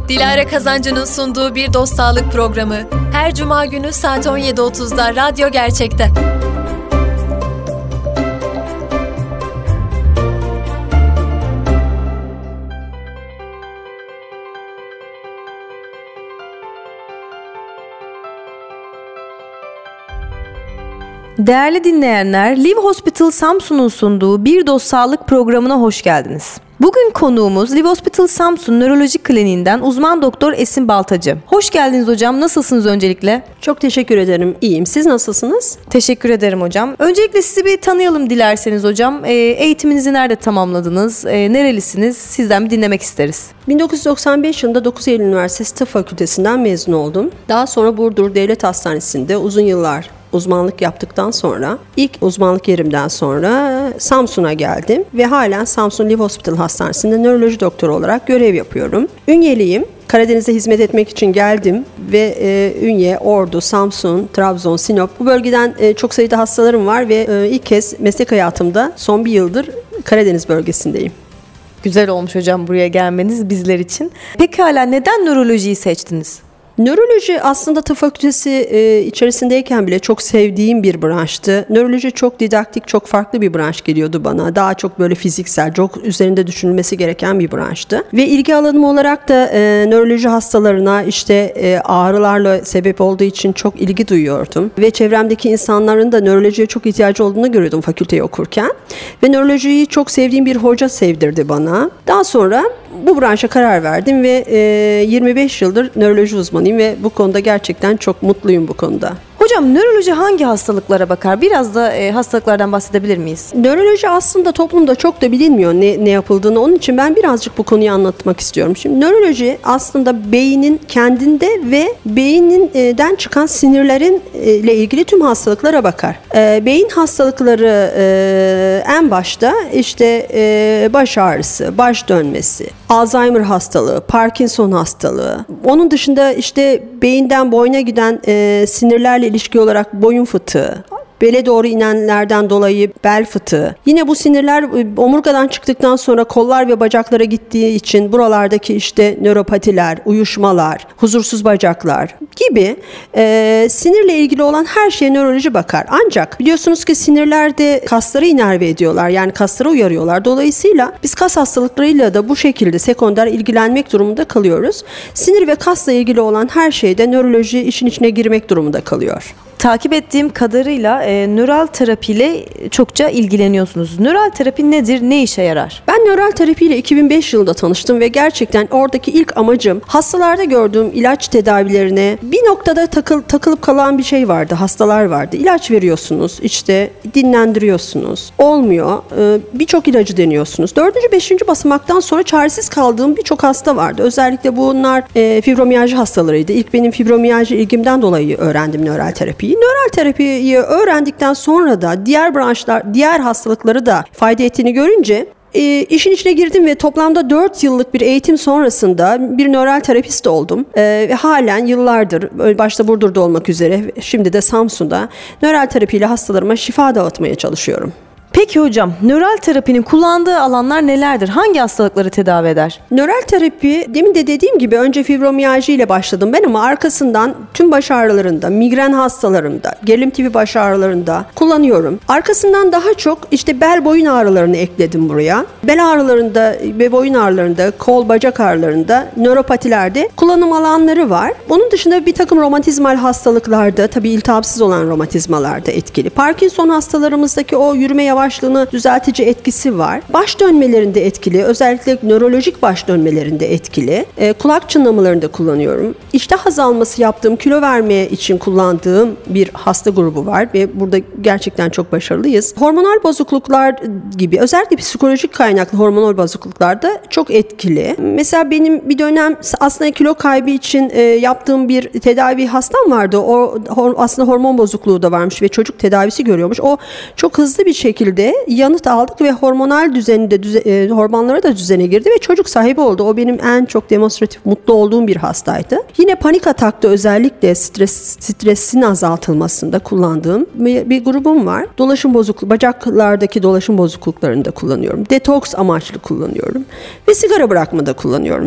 Dilara Kazancı'nın sunduğu Bir Dost Sağlık programı her cuma günü saat 17.30'da Radyo Gerçek'te. Değerli dinleyenler, Live Hospital Samsun'un sunduğu Bir Dost Sağlık programına hoş geldiniz. Bugün konuğumuz Live Hospital Samsun Nöroloji Kliniğinden uzman doktor Esin Baltacı. Hoş geldiniz hocam. Nasılsınız öncelikle? Çok teşekkür ederim. İyiyim. Siz nasılsınız? Teşekkür ederim hocam. Öncelikle sizi bir tanıyalım dilerseniz hocam. Eğitiminizi nerede tamamladınız? Nerelisiniz? Sizden bir dinlemek isteriz. 1995 yılında 9 Eylül Üniversitesi Tıp Fakültesinden mezun oldum. Daha sonra Burdur Devlet Hastanesi'nde uzun yıllar uzmanlık yaptıktan sonra ilk uzmanlık yerimden sonra Samsun'a geldim ve halen Samsun Live Hospital Hastanesi'nde nöroloji doktoru olarak görev yapıyorum. Ünyeliyim. Karadeniz'e hizmet etmek için geldim ve Ünye, Ordu, Samsun, Trabzon, Sinop bu bölgeden çok sayıda hastalarım var ve ilk kez meslek hayatımda son bir yıldır Karadeniz bölgesindeyim. Güzel olmuş hocam buraya gelmeniz bizler için. Pekala neden nörolojiyi seçtiniz? Nöroloji aslında tıp fakültesi içerisindeyken bile çok sevdiğim bir branştı. Nöroloji çok didaktik, çok farklı bir branş geliyordu bana. Daha çok böyle fiziksel, çok üzerinde düşünülmesi gereken bir branştı. Ve ilgi alanım olarak da nöroloji hastalarına işte ağrılarla sebep olduğu için çok ilgi duyuyordum. Ve çevremdeki insanların da nörolojiye çok ihtiyacı olduğunu görüyordum fakülteyi okurken. Ve nörolojiyi çok sevdiğim bir hoca sevdirdi bana. Daha sonra bu branşa karar verdim ve 25 yıldır nöroloji uzmanıyım ve bu konuda gerçekten çok mutluyum bu konuda. Hocam nöroloji hangi hastalıklara bakar? Biraz da hastalıklardan bahsedebilir miyiz? Nöroloji aslında toplumda çok da bilinmiyor ne yapıldığını. Onun için ben birazcık bu konuyu anlatmak istiyorum. Şimdi nöroloji aslında beynin kendinde ve beyninden çıkan sinirlerin ile ilgili tüm hastalıklara bakar. Beyin hastalıkları en başta işte baş ağrısı, baş dönmesi, Alzheimer hastalığı, Parkinson hastalığı. Onun dışında işte beyinden boyuna giden sinirlerle ilişki olarak boyun fıtığı, bele doğru inenlerden dolayı bel fıtığı. Yine bu sinirler omurgadan çıktıktan sonra kollar ve bacaklara gittiği için buralardaki işte nöropatiler, uyuşmalar, huzursuz bacaklar gibi sinirle ilgili olan her şeye nöroloji bakar. Ancak biliyorsunuz ki sinirler de kasları inerve ediyorlar. Yani kasları uyarıyorlar. Dolayısıyla biz kas hastalıklarıyla da bu şekilde sekonder ilgilenmek durumunda kalıyoruz. Sinir ve kasla ilgili olan her şeyde nöroloji işin içine girmek durumunda kalıyor. Takip ettiğim kadarıyla nöral terapiyle çokça ilgileniyorsunuz. Nöral terapi nedir, ne işe yarar? Ben nöral terapiyle 2005 yılında tanıştım ve gerçekten oradaki ilk amacım hastalarda gördüğüm ilaç tedavilerine bir noktada takılıp kalan bir şey vardı, hastalar vardı. İlaç veriyorsunuz, işte dinlendiriyorsunuz, olmuyor. Birçok ilacı deniyorsunuz. 4. 5. basamaktan sonra çaresiz kaldığım birçok hasta vardı. Özellikle bunlar fibromiyalji hastalarıydı. İlk benim fibromiyalji ilgimden dolayı öğrendim nöral terapiyi. Nöral terapiyi öğrendikten sonra da diğer branşlar, diğer hastalıkları da fayda ettiğini görünce işin içine girdim ve toplamda 4 yıllık bir eğitim sonrasında bir nöral terapist oldum. Ve halen yıllardır başta Burdur'da olmak üzere şimdi de Samsun'da nöral terapiyle hastalarıma şifa dağıtmaya çalışıyorum. Peki hocam, nöral terapinin kullandığı alanlar nelerdir? Hangi hastalıkları tedavi eder? Nöral terapi, demin de dediğim gibi önce fibromiyalji ile başladım ben ama arkasından tüm baş ağrılarında, migren hastalarında, gerilim tipi baş ağrılarında kullanıyorum. Arkasından daha çok işte bel boyun ağrılarını ekledim buraya. Bel ağrılarında ve boyun ağrılarında, kol bacak ağrılarında, nöropatilerde kullanım alanları var. Bunun dışında bir takım romatizmal hastalıklarda, tabii iltihapsız olan romatizmalarda etkili. Parkinson hastalarımızdaki o yürüme yavaşlığını düzeltici etkisi var. Baş dönmelerinde etkili. Özellikle nörolojik baş dönmelerinde etkili. Kulak çınlamalarında kullanıyorum. İştah azalması yaptığım, kilo vermeye için kullandığım bir hasta grubu var ve burada gerçekten çok başarılıyız. Hormonal bozukluklar gibi, özellikle psikolojik kaynaklı hormonal bozukluklarda çok etkili. Mesela benim bir dönem aslında kilo kaybı için yaptığım bir tedavi hastam vardı. O aslında hormon bozukluğu da varmış ve çocuk tedavisi görüyormuş. O çok hızlı bir şekilde yanıt aldık ve hormonal düzeninde hormonları da düzene girdi ve çocuk sahibi oldu. O benim en çok demonstratif mutlu olduğum bir hastaydı. Yine panik atakta özellikle stresin azaltılmasında kullandığım bir grubum var. Dolaşım bozukluğu, bacaklardaki dolaşım bozukluklarını da kullanıyorum. Detoks amaçlı kullanıyorum ve sigara bırakmada kullanıyorum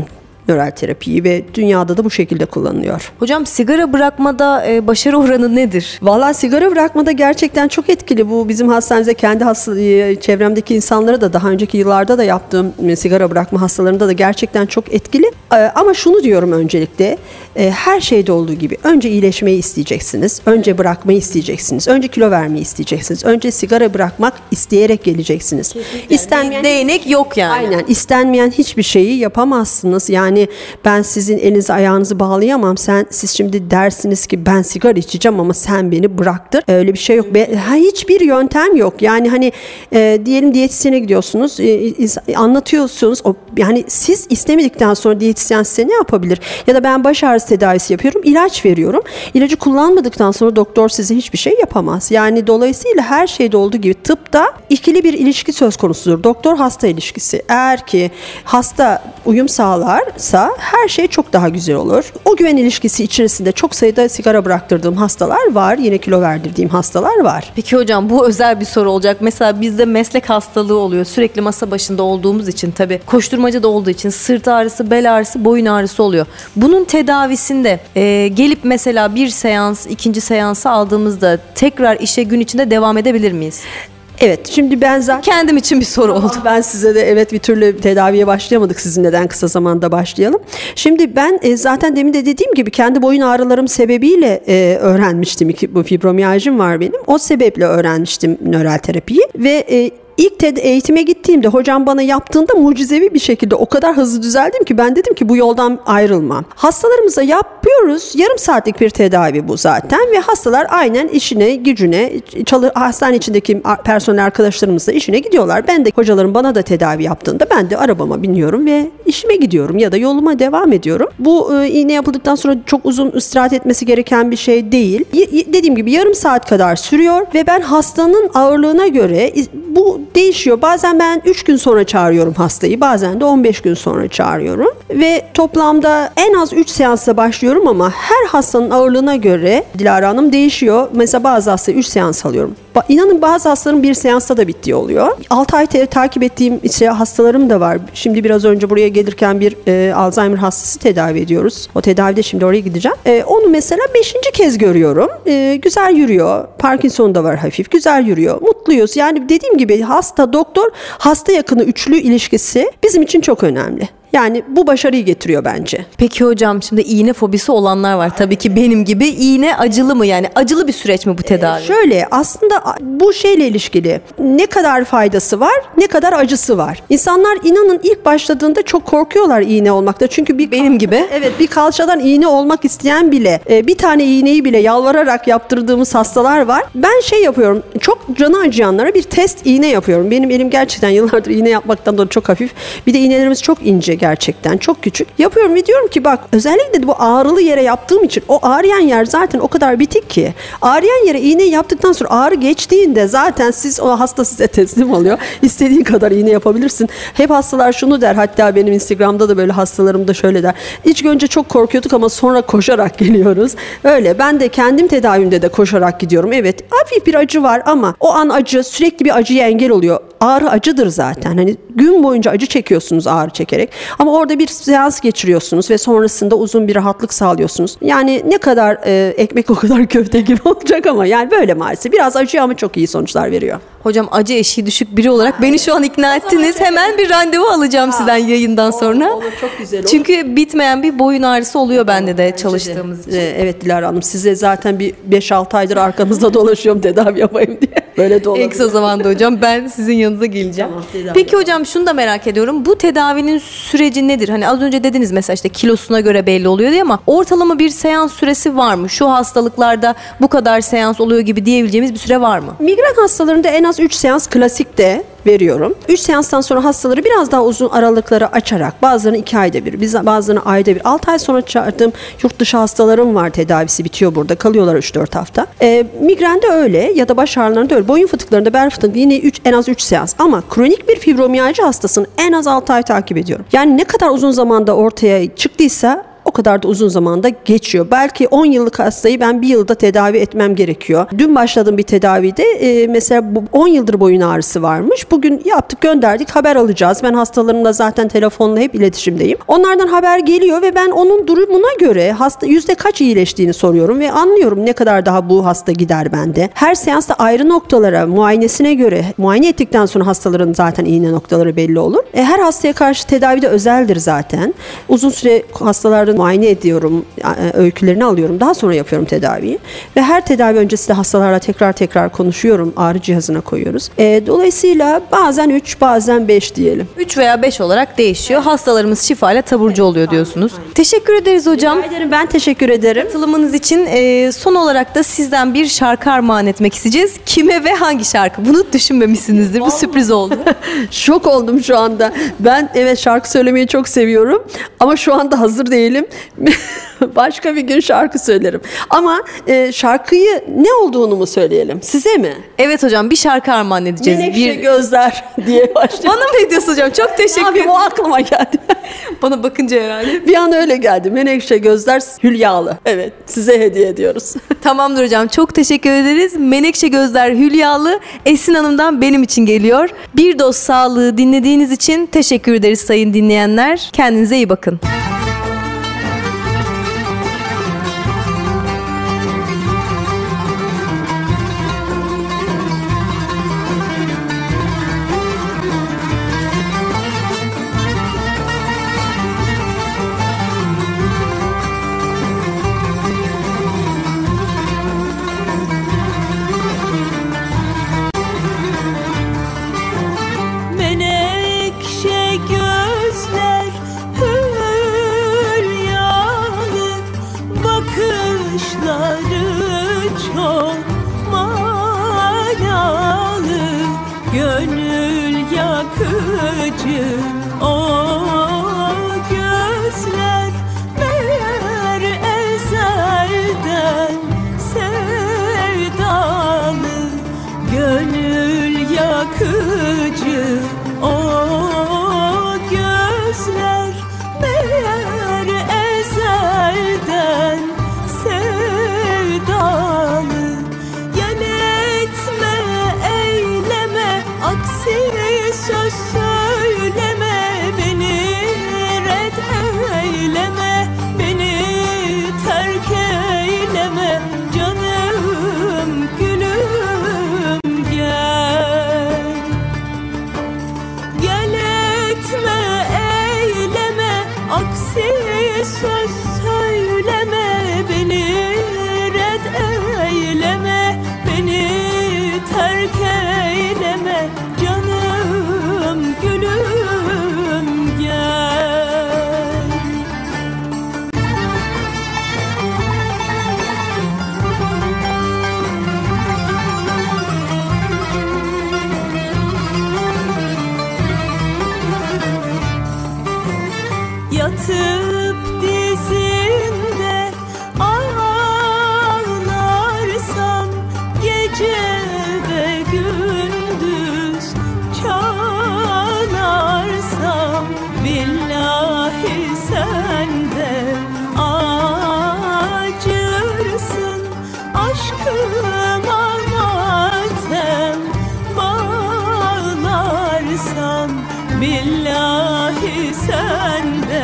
nöral terapiyi ve dünyada da bu şekilde kullanılıyor. Hocam sigara bırakmada başarı oranı nedir? Vallahi sigara bırakmada gerçekten çok etkili. Bu bizim hastanemizde kendi çevremdeki insanlara da daha önceki yıllarda da yaptığım sigara bırakma hastalarında da gerçekten çok etkili. Ama şunu diyorum öncelikle, her şeyde olduğu gibi önce iyileşmeyi isteyeceksiniz. Önce bırakmayı isteyeceksiniz. Önce kilo vermeyi isteyeceksiniz. Önce sigara bırakmak isteyerek geleceksiniz. İstenmeyen değnek yok yani. Aynen. İstenmeyen hiçbir şeyi yapamazsınız. Yani ben sizin elinizi ayağınızı bağlayamam. Siz şimdi dersiniz ki ben sigara içeceğim ama sen beni bıraktır. Öyle bir şey yok. Hiçbir yöntem yok. Yani hani diyelim diyetisyene gidiyorsunuz. Anlatıyorsunuz. Yani siz istemedikten sonra diyetisyen size ne yapabilir? Ya da ben baş ağrısı tedavisi yapıyorum. İlaç veriyorum. İlacı kullanmadıktan sonra doktor size hiçbir şey yapamaz. Yani dolayısıyla her şeyde olduğu gibi tıpta ikili bir ilişki söz konusudur. Doktor hasta ilişkisi. Eğer ki hasta uyum sağlarsa her şey çok daha güzel olur. O güven ilişkisi içerisinde çok sayıda sigara bıraktırdığım hastalar var. Yine kilo verdirdiğim hastalar var. Peki hocam, bu özel bir soru olacak. Mesela bizde meslek hastalığı oluyor. Sürekli masa başında olduğumuz için, tabii koşturmaca da olduğu için sırt ağrısı, bel ağrısı, boyun ağrısı oluyor. Bunun tedavisinde gelip mesela bir seans, ikinci seansı aldığımızda tekrar işe gün içinde devam edebilir miyiz? Evet, şimdi ben zaten kendim için bir soru oldu. Ben size de evet bir türlü tedaviye başlayamadık, sizin neden kısa zamanda başlayalım. Şimdi ben zaten demin de dediğim gibi kendi boyun ağrılarım sebebiyle öğrenmiştim. Bu fibromiyajım var benim. O sebeple öğrenmiştim nöral terapiyi ve İlk eğitime gittiğimde hocam bana yaptığında mucizevi bir şekilde o kadar hızlı düzeldim ki ben dedim ki bu yoldan ayrılmam. Hastalarımıza yapıyoruz. Yarım saatlik bir tedavi bu zaten ve hastalar aynen işine, gücüne, hastane içindeki personel arkadaşlarımızla işine gidiyorlar. Ben de hocalarım bana da tedavi yaptığında ben de arabama biniyorum ve işime gidiyorum ya da yoluma devam ediyorum. Bu iğne yapıldıktan sonra çok uzun istirahat etmesi gereken bir şey değil. Dediğim gibi yarım saat kadar sürüyor ve ben hastanın ağırlığına göre bu değişiyor. Bazen ben 3 gün sonra çağırıyorum hastayı. Bazen de 15 gün sonra çağırıyorum. Ve toplamda en az 3 seansla başlıyorum ama her hastanın ağırlığına göre Dilara Hanım değişiyor. Mesela bazı hastaya 3 seans alıyorum. İnanın bazı hastaların bir seansta da bittiği oluyor. 6 ay takip ettiğim hastalarım da var. Şimdi biraz önce buraya gelirken bir Alzheimer hastası tedavi ediyoruz. O tedavide şimdi oraya gideceğim. Onu mesela 5. kez görüyorum. Güzel yürüyor. Parkinson da var hafif. Güzel yürüyor. Mutluyuz. Yani dediğim gibi hasta doktor hasta yakını üçlü ilişkisi bizim için çok önemli. Yani bu başarıyı getiriyor bence. Peki hocam, şimdi iğne fobisi olanlar var. Tabii ki benim gibi. İğne acılı mı, yani acılı bir süreç mi bu tedavi? Şöyle, aslında bu şeyle ilişkili. Ne kadar faydası var, ne kadar acısı var. İnsanlar inanın ilk başladığında çok korkuyorlar iğne olmakta. Çünkü benim gibi. Evet, bir kalçadan iğne olmak isteyen bile, bir tane iğneyi bile yalvararak yaptırdığımız hastalar var. Ben yapıyorum. Çok canı acıyanlara bir test iğne yapıyorum. Benim elim gerçekten yıllardır iğne yapmaktan dolayı çok hafif. Bir de iğnelerimiz çok ince. Gerçekten çok küçük. Yapıyorum ve diyorum ki bak, özellikle de bu ağrılı yere yaptığım için o ağrıyan yer zaten o kadar bitik ki. Ağrıyan yere iğne yaptıktan sonra ağrı geçtiğinde zaten o hasta size teslim oluyor. İstediğin kadar iğne yapabilirsin. Hep hastalar şunu der, hatta benim Instagram'da da böyle hastalarım da şöyle der. İlk önce çok korkuyorduk ama sonra koşarak geliyoruz. Öyle. Ben de kendim tedavimde de koşarak gidiyorum. Evet, hafif bir acı var ama o an acı sürekli bir acıya engel oluyor. Ağrı acıdır zaten. Hani gün boyunca acı çekiyorsunuz ağrı çekerek. Ama orada bir seans geçiriyorsunuz ve sonrasında uzun bir rahatlık sağlıyorsunuz. Yani ne kadar ekmek o kadar köfte gibi olacak ama yani böyle maalesef. Biraz acıyor ama çok iyi sonuçlar veriyor. Hocam, acı eşiği düşük biri olarak beni şu an ikna ettiniz. Hemen bir randevu alacağım sizden yayından sonra. Olur, çok güzel olur. Çünkü bitmeyen bir boyun ağrısı oluyor bende de çalıştığımız için. Evet Dilara Hanım, size zaten bir 5-6 aydır arkanızda dolaşıyorum tedavi yapayım diye. Böyle de olabilir. En kısa zamanda hocam ben sizin yanınıza geleceğim. Tamam, peki hocam, şunu da merak ediyorum. Bu tedavinin süreci nedir? Hani az önce dediniz mesela işte kilosuna göre belli oluyor diye, ama ortalama bir seans süresi var mı? Şu hastalıklarda bu kadar seans oluyor gibi diyebileceğimiz bir süre var mı? Migren hastalarında en az 3 seans klasikte veriyorum. 3 seanstan sonra hastaları biraz daha uzun aralıkları açarak, bazılarını 2 ayda bir, bazılarını ayda bir, 6 ay sonra çağırdığım yurt dışı hastalarım var, tedavisi bitiyor burada, kalıyorlar 3-4 hafta. Migrende öyle ya da baş ağrılarında öyle. Boyun fıtıklarında, bel fıtıklarında yine en az 3 seans. Ama kronik bir fibromiyalji hastasını en az 6 ay takip ediyorum. Yani ne kadar uzun zamanda ortaya çıktıysa o kadar da uzun zamanda geçiyor. Belki 10 yıllık hastayı ben 1 yılda tedavi etmem gerekiyor. Dün başladığım bir tedavide mesela 10 yıldır boyun ağrısı varmış. Bugün yaptık, gönderdik, haber alacağız. Ben hastalarımla zaten telefonla hep iletişimdeyim. Onlardan haber geliyor ve ben onun durumuna göre hasta yüzde kaç iyileştiğini soruyorum ve anlıyorum ne kadar daha bu hasta gider bende. Her seansta ayrı noktalara, muayenesine göre, muayene ettikten sonra hastaların zaten iğne noktaları belli olur. Her hastaya karşı tedavide özeldir zaten. Uzun süre hastalardan muayene ediyorum, öykülerini alıyorum. Daha sonra yapıyorum tedaviyi. Ve her tedavi öncesi de hastalarla tekrar konuşuyorum. Ağrı cihazına koyuyoruz. Dolayısıyla bazen 3, bazen 5 diyelim. 3 veya 5 olarak değişiyor. Hastalarımız şifayla taburcu oluyor diyorsunuz. Teşekkür ederiz hocam. Rica ederim, ben teşekkür ederim. Katılımınız için son olarak da sizden bir şarkı armağan etmek isteyeceğiz. Kime ve hangi şarkı? Bunu düşünmemişsinizdir. Bu sürpriz oldu. Şok oldum şu anda. Ben evet şarkı söylemeyi çok seviyorum ama şu anda hazır değilim. Başka bir gün şarkı söylerim. Ama şarkıyı ne olduğunu mu söyleyelim? Size mi? Evet hocam, bir şarkı armağan edeceğiz. Menekşe gözler diye başlayalım. Bana mı ediyorsun hocam? Çok teşekkür ederim. O aklıma geldi. Bana bakınca herhalde. Bir an öyle geldi. Menekşe gözler hülyalı. Evet, size hediye ediyoruz. Tamamdır hocam. Çok teşekkür ederiz. Menekşe gözler hülyalı Esin Hanım'dan benim için geliyor. Bir Doz Sağlığı dinlediğiniz için teşekkür ederiz sayın dinleyenler. Kendinize iyi bakın. Menekşe gözler hülyalı, bakışları çok manalı, gönül yakıcı o gözler, meğer ezelden sevdalı, gönül yakıcı o gözler, meğer ezelden sevdalı. Yel etme, eyleme, aksi söz söyleme, beni red eyleme, beni terk eyleme, canım gülüm gel. Gel etme, eyleme, aksi söz söyleme, beni red eyleme, beni terk eyleme, canım gülüm gel. Yatıp dizinde ağlarsam, gece ve gündüz çağlarsam, billahi sen de acırsın, aşkıma matem bağlarsam, billahi sen de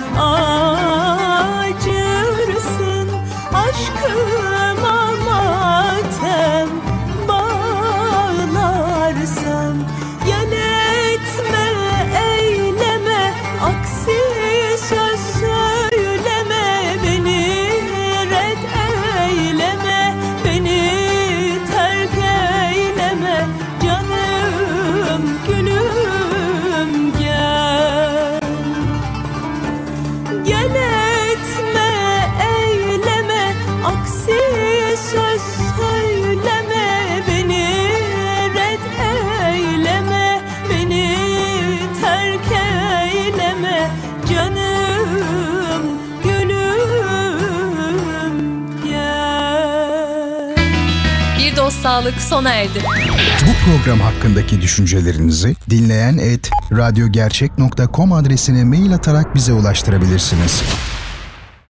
acırsın, aşkıma matem bağlarsam. Yel etme, eyleme, aksi söz söyleme, beni red eyleme, beni terk eyleme, canım gülüm gel. Gel etme, eyleme, aksi söz söyleme, beni red eyleme, beni terk eyleme, canım gülüm gel. Bir Doz Sağlık sona erdi. Bu program hakkındaki düşüncelerinizi dinleyen @radyogercek.com adresine mail atarak bize ulaştırabilirsiniz.